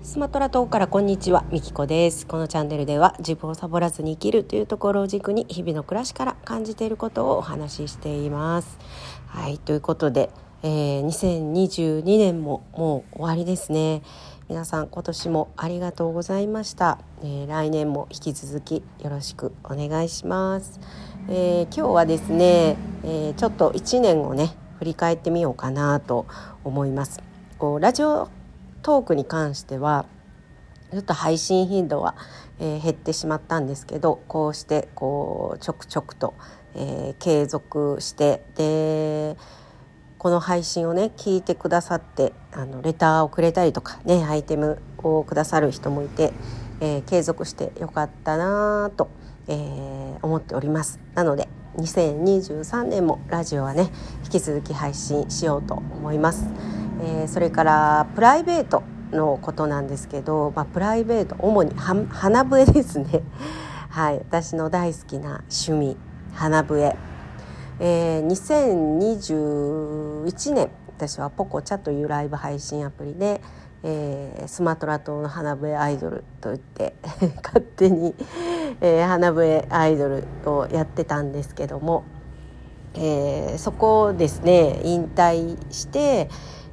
スマトラ島からこんにちは、みきこです。このチャンネルでは自分をサボらずに生きるというところを軸に日々の暮らしから感じていることをお話ししています。はい、ということで、2022年ももう終わりですね。皆さん今年もありがとうございました。来年も引き続きよろしくお願いします。今日はですね、ちょっと1年をね振り返ってみようかなと思います。ラジオトークに関してはちょっと配信頻度は、減ってしまったんですけど、こうしてちょくちょくと、継続してでこの配信をね聞いてくださってレターをくれたりとかねアイテムをくださる人もいて、継続してよかったなと、思っております。なので2023年もラジオはね引き続き配信しようと思います。それからプライベートのことなんですけど、プライベート主に花笛ですねはい、私の大好きな趣味花笛、2021年私はポコチャというライブ配信アプリで、スマトラ島の花笛アイドルといって勝手に、花笛アイドルをやってたんですけども、そこをですね引退して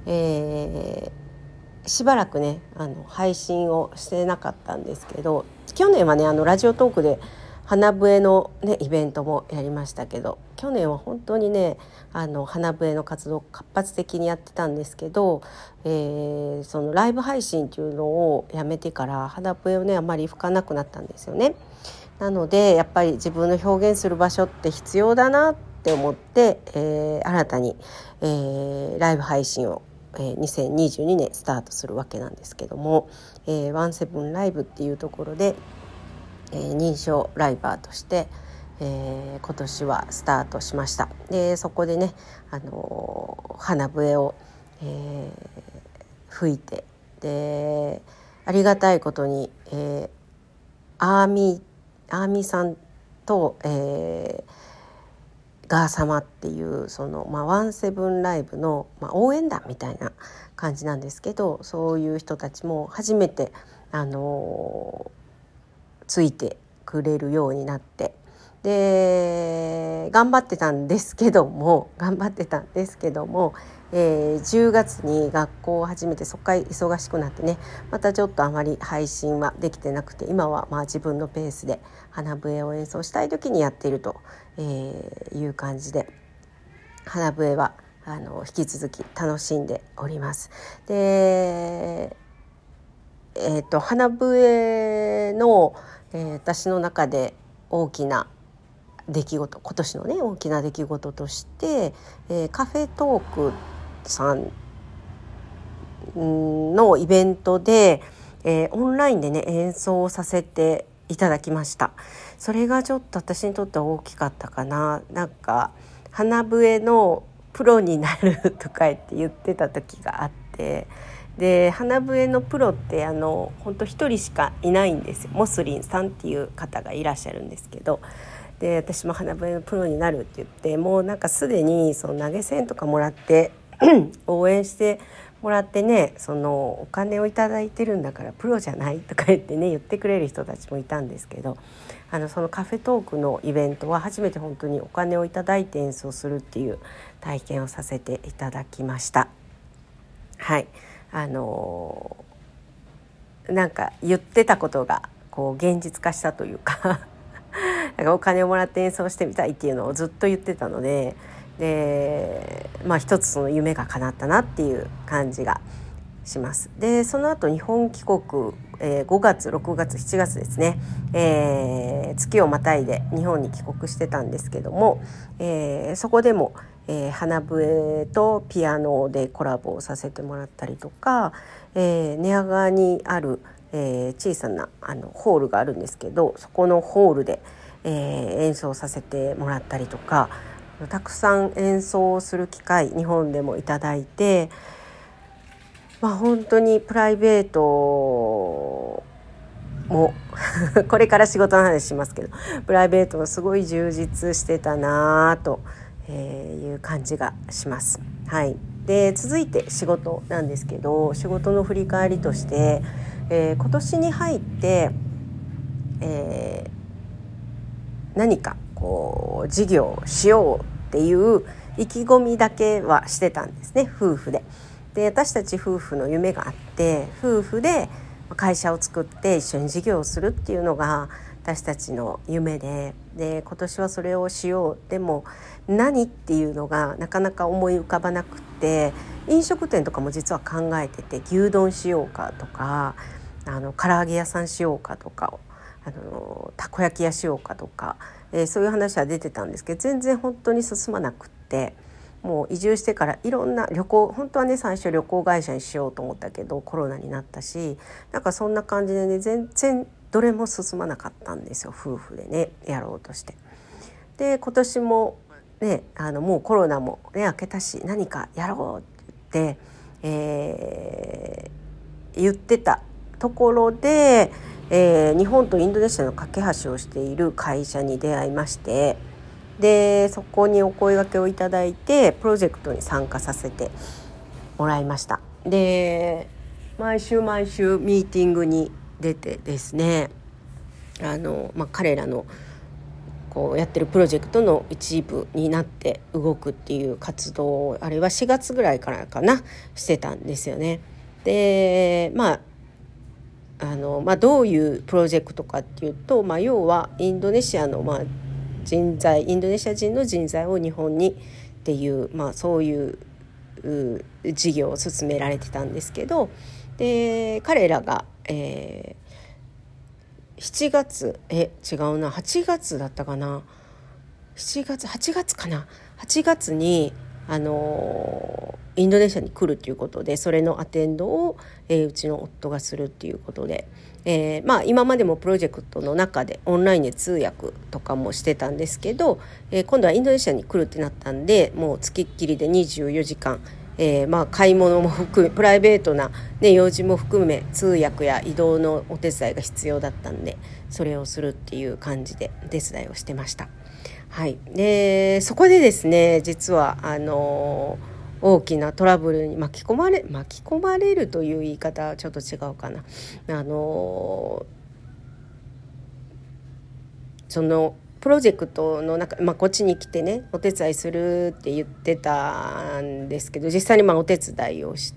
しばらくね配信をしてなかったんですけど、去年はねラジオトークで花笛の、ね、イベントもやりましたけど、去年は本当にね花笛の活動を活発的にやってたんですけど、そのライブ配信っていうのをやめてから花笛をねあまり吹かなくなったんですよね。なのでやっぱり自分の表現する場所って必要だなって思って、新たに、ライブ配信を2022年スタートするわけなんですけども、ワンセブンライブっていうところで、認証ライバーとして、今年はスタートしました。でそこでね、花笛を、吹いてでありがたいことに、アーミーさんと、ガー様っていうその、ワンセブンライブの、応援団みたいな感じなんですけど、そういう人たちも初めて、ついてくれるようになって、で頑張ってたんですけども、10月に学校を始めてそこから忙しくなってね、またちょっとあまり配信はできてなくて、今は自分のペースで花笛を演奏したい時にやっていると、いう感じで花笛は引き続き楽しんでおります。で花笛の、私の中で大きな出来事、今年のね大きな出来事として、カフェトークさんのイベントで、オンラインでね演奏させていただきました。それがちょっと私にとっては大きかったかな。なんか花笛のプロになるとか言ってた時があって、で花笛のプロって本当一人しかいないんですよ。モスリンさんっていう方がいらっしゃるんですけど、で私も花笛のプロになるって言って、もうなんかすでにその投げ銭とかもらって応援してもらってね、そのお金をいただいてるんだからプロじゃないとか言ってくれる人たちもいたんですけど、そのカフェトークのイベントは初めて本当にお金をいただいて演奏するっていう体験をさせていただきました。はい、なんか言ってたことが現実化したというかなんかお金をもらって演奏してみたいっていうのをずっと言ってたので、一つその夢が叶ったなっていう感じがします。でその後日本帰国、5月6月7月ですね、月をまたいで日本に帰国してたんですけども、そこでも、花笛とピアノでコラボをさせてもらったりとか、寝屋川にある、小さなホールがあるんですけど、そこのホールで、演奏させてもらったりとか、たくさん演奏する機会日本でもいただいて、本当にプライベートもこれから仕事の話しますけど、プライベートもすごい充実してたなという感じがします。はい。で続いて仕事なんですけど、仕事の振り返りとして、 今年に入って、何かこう事業をしようっていう意気込みだけはしてたんですね、夫婦で。で、私たち夫婦の夢があって、夫婦で会社を作って一緒に事業をするっていうのが私たちの夢で、今年はそれをしよう。でも何っていうのがなかなか思い浮かばなくて、飲食店とかも実は考えてて、牛丼しようかとか、唐揚げ屋さんしようかとか、たこ焼き屋しようかとか、そういう話は出てたんですけど、全然本当に進まなくって、もう移住してからいろんな旅行、本当はね最初旅行会社にしようと思ったけどコロナになったし、なんかそんな感じでね、全然どれも進まなかったんですよ、夫婦でねやろうとして。で、今年もね、もうコロナもね明けたし、何かやろうって言ってたところで、日本とインドネシアの架け橋をしている会社に出会いまして、でそこにお声掛けをいただいてプロジェクトに参加させてもらいました。で、毎週ミーティングに出てですね、彼らのこうやってるプロジェクトの一部になって動くっていう活動を、あれは4月ぐらいからかなしてたんですよね。で、どういうプロジェクトかっていうと、要はインドネシアの人材、インドネシア人の人材を日本にっていう、そういう事業を進められてたんですけど、で彼らが、7月違うな8月だったかな8月かな8月にインドネシアに来るということで、それのアテンドを、うちの夫がするっていうことで、今までもプロジェクトの中でオンラインで通訳とかもしてたんですけど、今度はインドネシアに来るってなったんで、もうつきっきりで24時間、買い物も含めプライベートな、用事も含め通訳や移動のお手伝いが必要だったんで、それをするっていう感じで手伝いをしてました。はい、でそこでですね、実は大きなトラブルに巻き込まれるという言い方はちょっと違うかな。そのプロジェクトの中、こっちに来てねお手伝いするって言ってたんですけど、実際にお手伝いをして、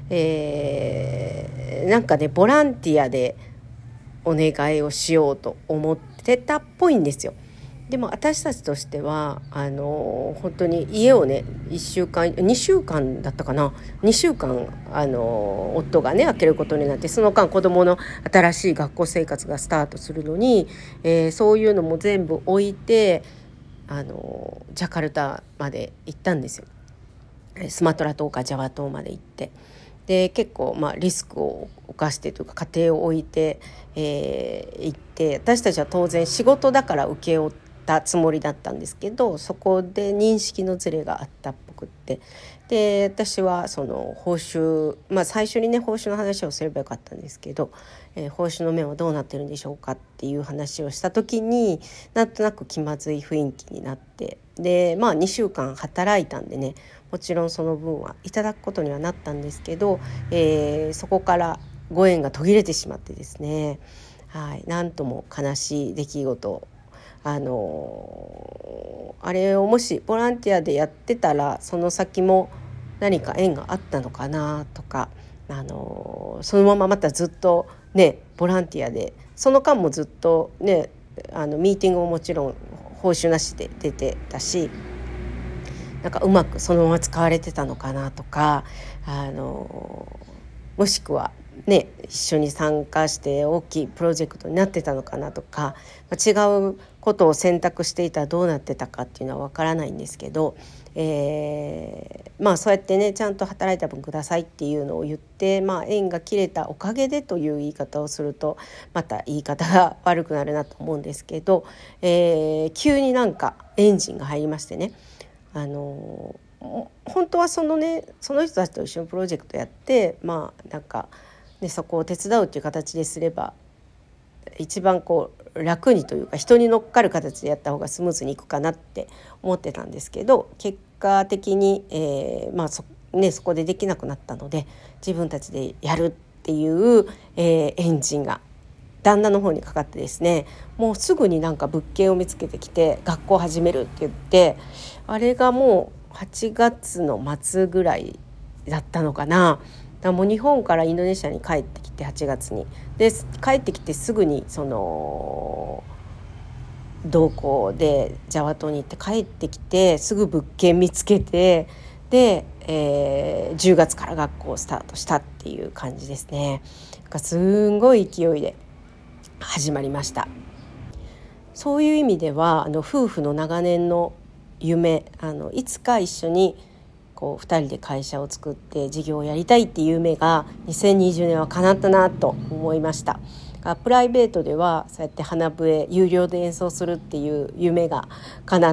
なんかねボランティアでお願いをしようと思ってたっぽいんですよ。でも私たちとしては本当に家をね2週間だったかな2週間夫がね開けることになって、その間子どもの新しい学校生活がスタートするのに、そういうのも全部置いてジャカルタまで行ったんですよ。スマトラ島かジャワ島まで行って、で結構リスクを冒してというか家庭を置いて、行って、私たちは当然仕事だから請け負ったつもりだったんですけど、そこで認識のズレがあったっぽくって、で私はその報酬、最初にね報酬の話をすればよかったんですけど、報酬の面はどうなってるんでしょうかっていう話をした時に、なんとなく気まずい雰囲気になって、で2週間働いたんでね、もちろんその分はいただくことにはなったんですけど、そこからご縁が途切れてしまってですね、なんとも悲しい出来事、あれをもしボランティアでやってたらその先も何か縁があったのかなとか、そのまままたずっとねボランティアでその間もずっとねミーティングももちろん報酬なしで出てたし、なんかうまくそのまま使われてたのかなとか、もしくはね一緒に参加して大きいプロジェクトになってたのかなとか、違うことを選択していたらどうなってたかっていうのはわからないんですけど、そうやってねちゃんと働いた分くださいっていうのを言って、縁が切れたおかげでという言い方をするとまた言い方が悪くなるなと思うんですけど、急になんかエンジンが入りましてね、本当はその人たちと一緒にプロジェクトやって、そこを手伝うっていう形ですれば一番楽にというか人に乗っかる形でやった方がスムーズにいくかなって思ってたんですけど、結果的に、そこでできなくなったので自分たちでやるってっていう、エンジンが旦那の方にかかってですね、もうすぐになんか物件を見つけてきて学校始めるって言って、あれがもう8月の末ぐらいだったのかな。だからもう日本からインドネシアに帰ってきて8月にで帰ってきてすぐにその同行でジャワ島に行って帰ってきてすぐ物件見つけてで、10月から学校をスタートしたっていう感じですね。すんごい勢いで始まりました。そういう意味では夫婦の長年の夢、いつか一緒にこう2人で会社を作って事業をやりたいっていう夢が2020年は叶ったなと思いました。プライベートではそうやって花笛有料で演奏するっていう夢が叶って、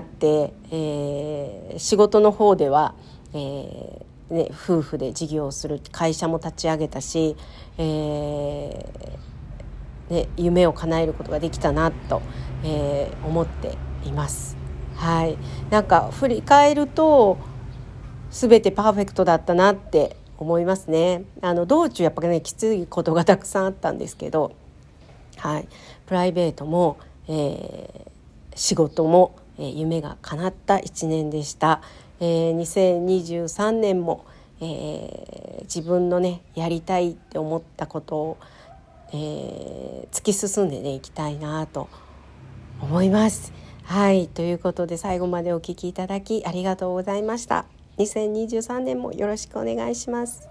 仕事の方では、夫婦で事業をする会社も立ち上げたし、夢を叶えることができたなと、思っています。はい、なんか振り返ると全てパーフェクトだったなって思いますね。道中やっぱりねきついことがたくさんあったんですけど、はい、プライベートも、仕事も、夢が叶った1年でした。2023年も、自分のねやりたいって思ったことを、突き進んでねいきたいなと思います。はい、ということで最後までお聞きいただきありがとうございました。2023年もよろしくお願いします。